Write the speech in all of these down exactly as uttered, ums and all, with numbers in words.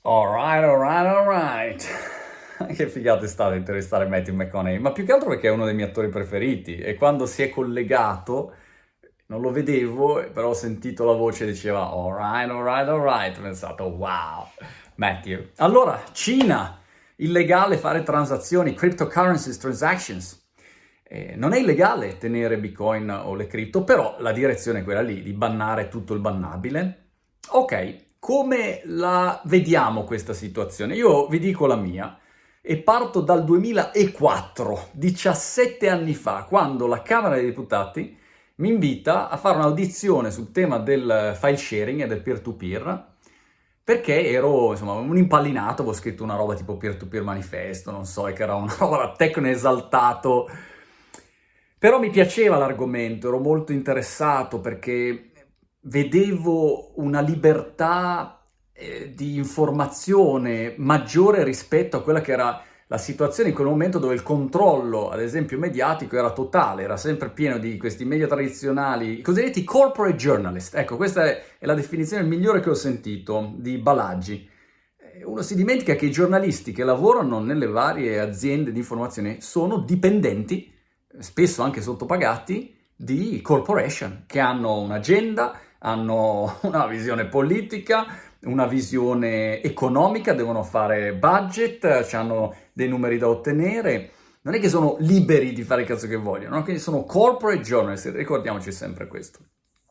Alright, alright, alright. Che figata è stata intervistare Matthew McConaughey, ma più che altro perché è uno dei miei attori preferiti e quando si è collegato, non lo vedevo, però ho sentito la voce e diceva alright, alright, alright, ho pensato wow, Matthew. Allora, Cina, illegale fare transazioni, cryptocurrencies, transactions. Eh, non è illegale tenere Bitcoin o le cripto, però la direzione è quella lì, di bannare tutto il bannabile. Ok, come la vediamo questa situazione? Io vi dico la mia e parto dal duemilaquattro, diciassette anni fa, quando la Camera dei Deputati mi invita a fare un'audizione sul tema del file sharing e del peer-to-peer, perché ero, insomma, un impallinato, avevo scritto una roba tipo peer-to-peer manifesto, non so, e che era una roba da tecno esaltato. Però mi piaceva l'argomento, ero molto interessato perché vedevo una libertà eh, di informazione maggiore rispetto a quella che era la situazione in quel momento, dove il controllo, ad esempio, mediatico era totale, era sempre pieno di questi media tradizionali, i cosiddetti corporate journalist. Ecco, questa è, è la definizione migliore che ho sentito di Balaggi. Uno si dimentica che i giornalisti che lavorano nelle varie aziende di informazione sono dipendenti, spesso anche sottopagati, di corporation, che hanno un'agenda, hanno una visione politica, una visione economica, devono fare budget, hanno dei numeri da ottenere. Non è che sono liberi di fare il cazzo che vogliono, no? Quindi sono corporate journalists, ricordiamoci sempre questo.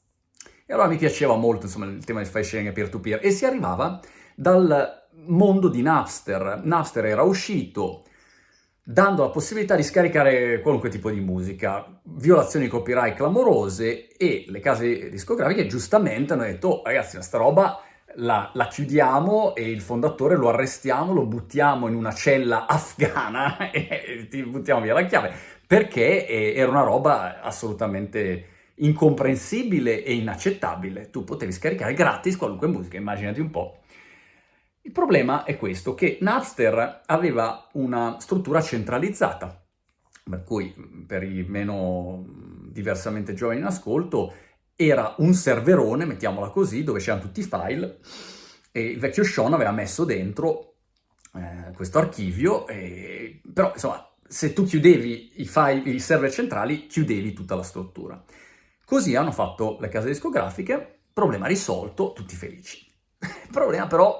E allora mi piaceva molto, insomma, il tema del file sharing e peer-to-peer, e si arrivava dal mondo di Napster. Napster era uscito dando la possibilità di scaricare qualunque tipo di musica, violazioni di copyright clamorose, e le case discografiche giustamente hanno detto oh, ragazzi, sta roba la, la chiudiamo e il fondatore lo arrestiamo, lo buttiamo in una cella afghana e ti buttiamo via la chiave, perché era una roba assolutamente incomprensibile e inaccettabile. Tu potevi scaricare gratis qualunque musica, immaginati un po'. Il problema è questo, che Napster aveva una struttura centralizzata, per cui per i meno diversamente giovani in ascolto era un serverone, mettiamola così, dove c'erano tutti i file, e il vecchio Sean aveva messo dentro eh, questo archivio, e, però insomma se tu chiudevi i file, i server centrali, chiudevi tutta la struttura. Così hanno fatto le case discografiche, problema risolto, tutti felici. Il problema però,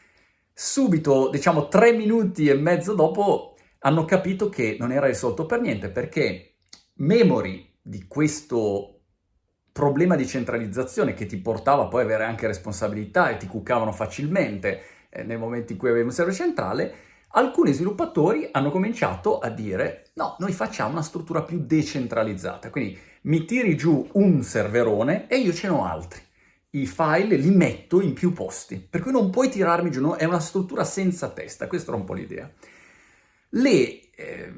subito, diciamo tre minuti e mezzo dopo, hanno capito che non era risolto per niente, perché memori di questo problema di centralizzazione, che ti portava poi a avere anche responsabilità e ti cuccavano facilmente eh, nel momento in cui avevi un server centrale, alcuni sviluppatori hanno cominciato a dire no, noi facciamo una struttura più decentralizzata, quindi mi tiri giù un serverone e io ce n'ho altri. I file li metto in più posti, per cui non puoi tirarmi giù, no? È una struttura senza testa, questa era un po' l'idea. Le eh,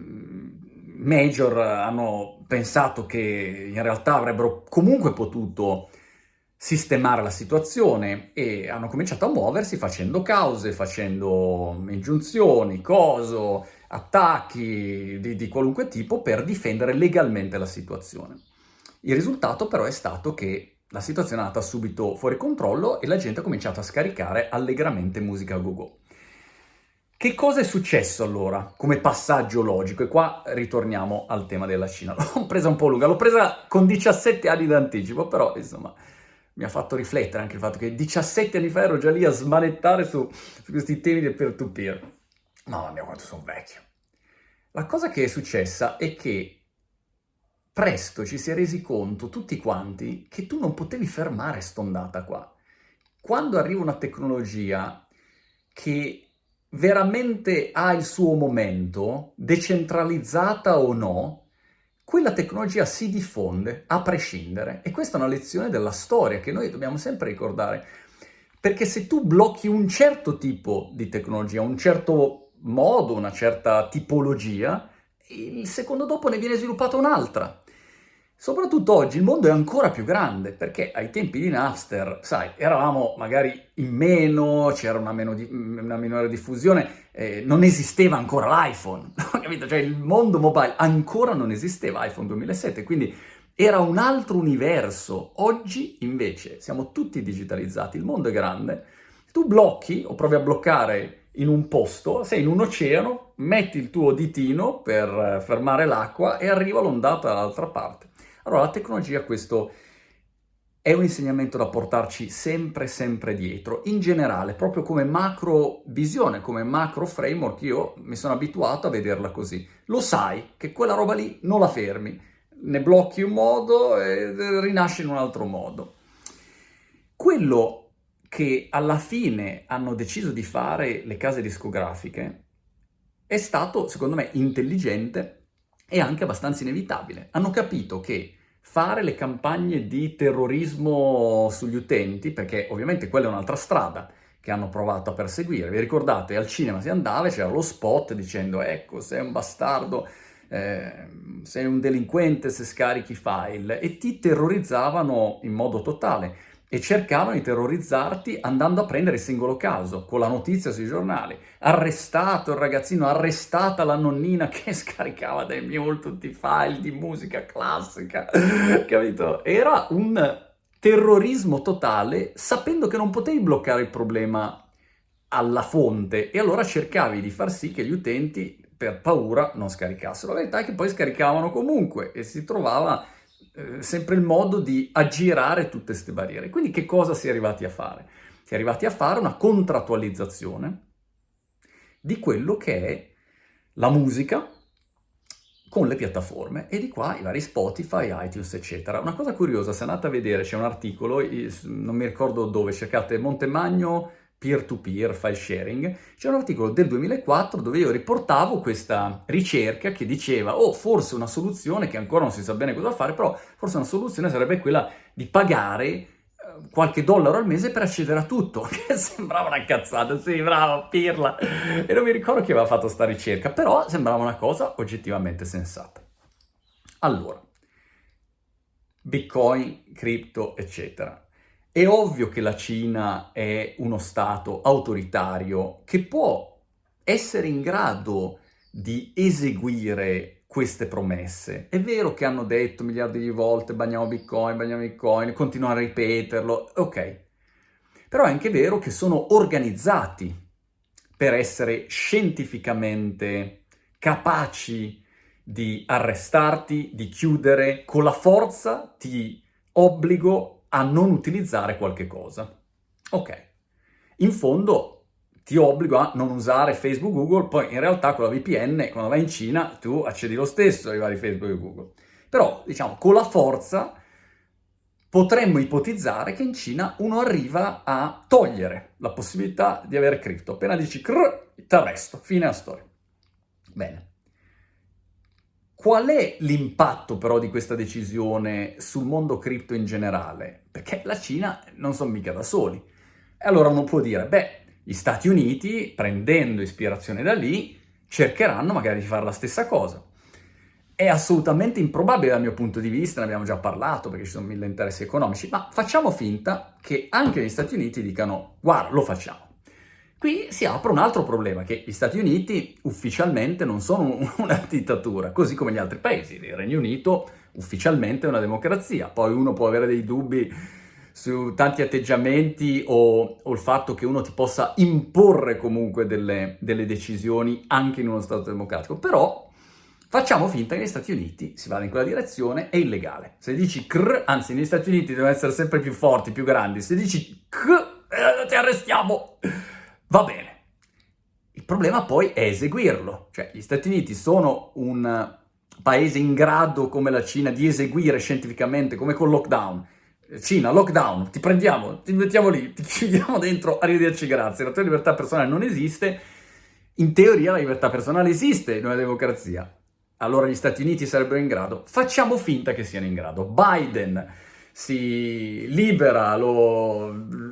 major hanno pensato che in realtà avrebbero comunque potuto sistemare la situazione e hanno cominciato a muoversi facendo cause, facendo ingiunzioni, coso, attacchi di, di qualunque tipo per difendere legalmente la situazione. Il risultato però è stato che la situazione è andata subito fuori controllo e la gente ha cominciato a scaricare allegramente musica a go-go. Che cosa è successo allora come passaggio logico? E qua ritorniamo al tema della Cina. L'ho presa un po' lunga, l'ho presa con diciassette anni d'anticipo, però insomma mi ha fatto riflettere anche il fatto che diciassette anni fa ero già lì a smanettare su, su questi temi del peer-to-peer. Mamma mia, quanto sono vecchio. La cosa che è successa è che presto ci si è resi conto tutti quanti che tu non potevi fermare st'ondata qua. Quando arriva una tecnologia che veramente ha il suo momento, decentralizzata o no, quella tecnologia si diffonde a prescindere. E questa è una lezione della storia che noi dobbiamo sempre ricordare. Perché se tu blocchi un certo tipo di tecnologia, un certo modo, una certa tipologia, il secondo dopo ne viene sviluppata un'altra. Soprattutto oggi il mondo è ancora più grande, perché ai tempi di Napster, sai, eravamo magari in meno, c'era una, meno di, una minore diffusione, eh, non esisteva ancora l'iPhone, capito? Cioè il mondo mobile ancora non esisteva, iPhone duemilasette, quindi era un altro universo. Oggi invece siamo tutti digitalizzati, il mondo è grande, Tu blocchi o provi a bloccare in un posto, sei in un oceano, metti il tuo ditino per fermare l'acqua e arriva l'ondata dall'altra parte. Allora la tecnologia questo è un insegnamento da portarci sempre, sempre dietro. In generale, proprio come macro visione, come macro framework, io mi sono abituato a vederla così. Lo sai che quella roba lì non la fermi, ne blocchi un modo e rinasce in un altro modo. Quello che alla fine hanno deciso di fare le case discografiche è stato, secondo me, intelligente e anche abbastanza inevitabile. Hanno capito che fare le campagne di terrorismo sugli utenti, perché ovviamente quella è un'altra strada che hanno provato a perseguire. Vi ricordate? Al cinema si andava e c'era lo spot dicendo ecco, sei un bastardo, eh, sei un delinquente se scarichi file, e ti terrorizzavano in modo totale. E cercavano di terrorizzarti andando a prendere il singolo caso, con la notizia sui giornali. Arrestato il ragazzino, arrestata la nonnina che scaricava dai Mule tutti i file di musica classica, capito? Era un terrorismo totale, sapendo che non potevi bloccare il problema alla fonte, e allora cercavi di far sì che gli utenti, per paura, non scaricassero. La verità è che poi scaricavano comunque e si trovava sempre il modo di aggirare tutte queste barriere. Quindi che cosa si è arrivati a fare? Si è arrivati a fare una contrattualizzazione di quello che è la musica con le piattaforme, e di qua i vari Spotify, iTunes, eccetera. Una cosa curiosa, se andate a vedere, c'è un articolo, non mi ricordo dove, cercate Montemagno peer-to-peer, file sharing, c'è un articolo del duemilaquattro dove io riportavo questa ricerca che diceva oh, forse una soluzione, che ancora non si sa bene cosa fare, però forse una soluzione sarebbe quella di pagare eh, qualche dollaro al mese per accedere a tutto, che sembrava una cazzata, sì, bravo, pirla, e non mi ricordo chi aveva fatto sta ricerca, però sembrava una cosa oggettivamente sensata. Allora, Bitcoin, cripto, eccetera. È ovvio che la Cina è uno stato autoritario che può essere in grado di eseguire queste promesse. È vero che hanno detto miliardi di volte banniamo Bitcoin, banniamo Bitcoin, continuano a ripeterlo, ok. Però è anche vero che sono organizzati per essere scientificamente capaci di arrestarti, di chiudere, con la forza ti obbligo a non utilizzare qualche cosa. Ok, in fondo ti obbligo a non usare Facebook, Google, poi in realtà con la V P N, quando vai in Cina, tu accedi lo stesso ai vari Facebook e Google. Però, diciamo, con la forza potremmo ipotizzare che in Cina uno arriva a togliere la possibilità di avere cripto. Appena dici crrr, ti arresto, fine la storia. Bene. Qual è l'impatto però di questa decisione sul mondo cripto in generale? Perché la Cina non sono mica da soli. E allora uno può dire, beh, gli Stati Uniti, prendendo ispirazione da lì, cercheranno magari di fare la stessa cosa. È assolutamente improbabile dal mio punto di vista, ne abbiamo già parlato perché ci sono mille interessi economici, ma facciamo finta che anche gli Stati Uniti dicano, guarda, lo facciamo. Qui si apre un altro problema, che gli Stati Uniti ufficialmente non sono una dittatura, così come gli altri paesi. Il Regno Unito ufficialmente è una democrazia, poi uno può avere dei dubbi su tanti atteggiamenti o, o il fatto che uno ti possa imporre comunque delle, delle decisioni anche in uno Stato democratico, però facciamo finta che negli Stati Uniti si vada in quella direzione, è illegale. Se dici crr, anzi negli Stati Uniti devono essere sempre più forti, più grandi, se dici crr, eh, ti arrestiamo. Va bene. Il problema poi è eseguirlo. Cioè, gli Stati Uniti sono un paese in grado, come la Cina, di eseguire scientificamente, come col lockdown. Cina, lockdown, ti prendiamo, ti mettiamo lì, ti chiudiamo dentro, arrivederci, grazie. La tua libertà personale non esiste. In teoria la libertà personale esiste in una democrazia. Allora gli Stati Uniti sarebbero in grado. Facciamo finta che siano in grado. Biden si libera lo...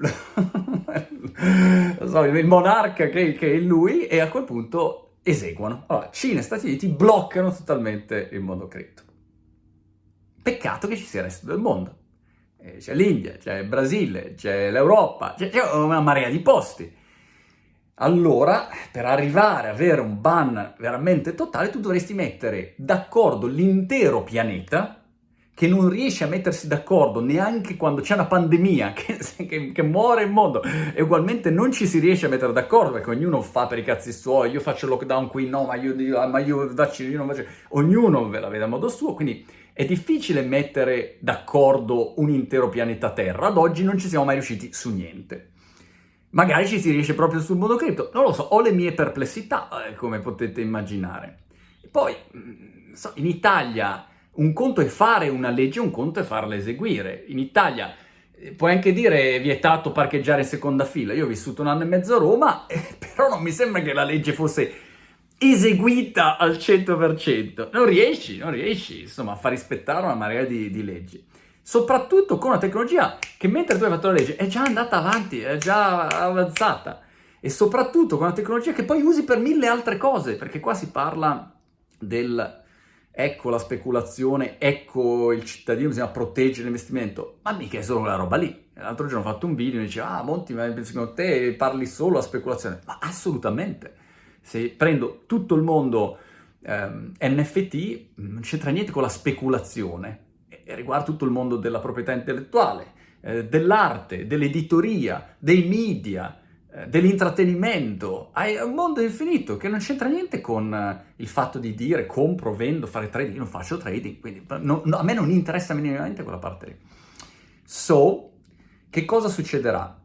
so, il monarca che, che è lui, e a quel punto eseguono. Allora, Cina e Stati Uniti bloccano totalmente il mondo cripto. Peccato che ci sia il resto del mondo. Eh, c'è l'India, c'è il Brasile, c'è l'Europa, c'è, c'è una marea di posti. Allora, per arrivare ad avere un ban veramente totale, tu dovresti mettere d'accordo l'intero pianeta che non riesce a mettersi d'accordo neanche quando c'è una pandemia, che, che, che muore il mondo, e ugualmente non ci si riesce a mettere d'accordo, perché ognuno fa per i cazzi suoi, io faccio il lockdown qui, no, ma io, ma io vaccino, io non vaccino, ognuno ve la vede a modo suo, quindi è difficile mettere d'accordo un intero pianeta Terra, ad oggi non ci siamo mai riusciti su niente. Magari ci si riesce proprio sul mondo cripto, non lo so, ho le mie perplessità, eh, come potete immaginare. E poi, so, in Italia un conto è fare una legge, un conto è farla eseguire. In Italia eh, puoi anche dire è vietato parcheggiare in seconda fila. Io ho vissuto un anno e mezzo a Roma, eh, però non mi sembra che la legge fosse eseguita al cento per cento. Non riesci, non riesci, insomma, a far rispettare una marea di, di leggi. Soprattutto con una tecnologia che mentre tu hai fatto la legge è già andata avanti, è già avanzata. E soprattutto con una tecnologia che poi usi per mille altre cose, perché qua si parla del ecco la speculazione, ecco il cittadino, bisogna proteggere l'investimento, ma mica è solo quella roba lì. L'altro giorno ho fatto un video e mi diceva, ah Monti, ma secondo te parli solo a speculazione? Ma assolutamente. Se prendo tutto il mondo ehm, N F T, non c'entra niente con la speculazione, e riguarda tutto il mondo della proprietà intellettuale, eh, dell'arte, dell'editoria, dei media, dell'intrattenimento, hai un mondo infinito che non c'entra niente con uh, il fatto di dire compro, vendo, fare trading. Io non faccio trading, quindi no, no, a me non interessa minimamente quella parte lì. So, che cosa succederà?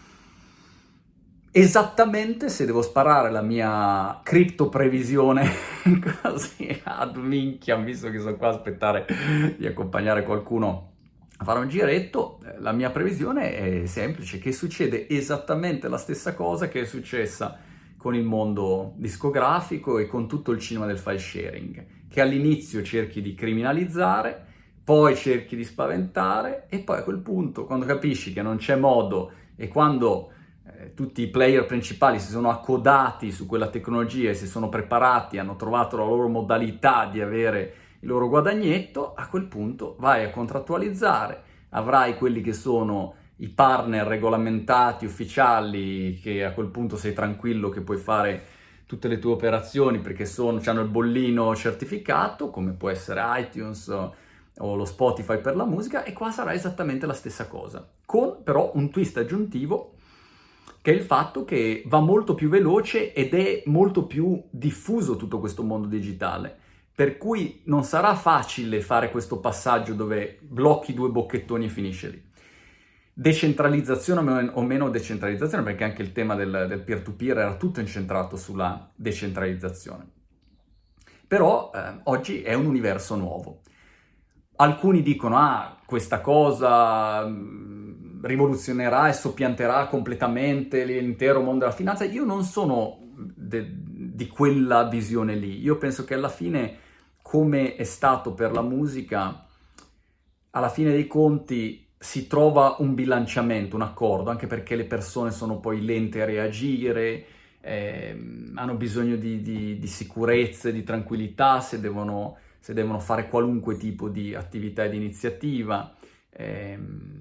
Esattamente, se devo sparare la mia cripto previsione così ad minchia, visto che sono qua a aspettare di accompagnare qualcuno a fare un giretto, la mia previsione è semplice, che succede esattamente la stessa cosa che è successa con il mondo discografico e con tutto il cinema del file sharing, che all'inizio cerchi di criminalizzare, poi cerchi di spaventare e poi a quel punto, quando capisci che non c'è modo e quando eh, tutti i player principali si sono accodati su quella tecnologia e si sono preparati, hanno trovato la loro modalità di avere il loro guadagnetto, a quel punto vai a contrattualizzare, avrai quelli che sono i partner regolamentati, ufficiali, che a quel punto sei tranquillo che puoi fare tutte le tue operazioni perché sono, hanno il bollino certificato, come può essere iTunes o, o lo Spotify per la musica, e qua sarà esattamente la stessa cosa, con però un twist aggiuntivo, che è il fatto che va molto più veloce ed è molto più diffuso tutto questo mondo digitale. Per cui non sarà facile fare questo passaggio dove blocchi due bocchettoni e finisce lì. Decentralizzazione o meno decentralizzazione, perché anche il tema del, del peer-to-peer era tutto incentrato sulla decentralizzazione. Però eh, oggi è un universo nuovo. Alcuni dicono, ah, questa cosa mh, rivoluzionerà e soppianterà completamente l'intero mondo della finanza. Io non sono de- di quella visione lì. Io penso che alla fine, come è stato per la musica, alla fine dei conti si trova un bilanciamento, un accordo, anche perché le persone sono poi lente a reagire, eh, hanno bisogno di, di, di sicurezza e di tranquillità se devono, se devono fare qualunque tipo di attività e di iniziativa. Eh,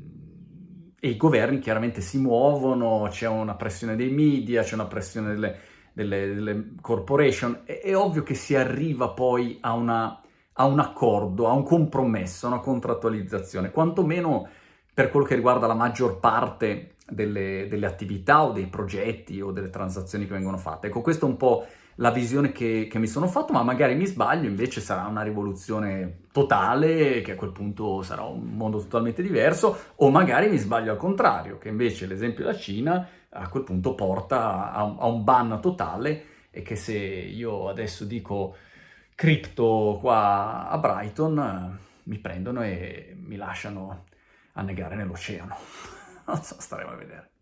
e i governi chiaramente si muovono, c'è una pressione dei media, c'è una pressione delle, delle, delle corporation. È, è ovvio che si arriva poi a, una, a un accordo, a un compromesso, a una contrattualizzazione, quantomeno per quello che riguarda la maggior parte delle, delle attività o dei progetti o delle transazioni che vengono fatte. Ecco, questa è un po' la visione che, che mi sono fatto, ma magari mi sbaglio, invece sarà una rivoluzione totale, che a quel punto sarà un mondo totalmente diverso, o magari mi sbaglio al contrario, che invece l'esempio della Cina a quel punto porta a, a un ban totale, e che se io adesso dico cripto qua a Brighton, mi prendono e mi lasciano annegare nell'oceano. Non so, staremo a vedere.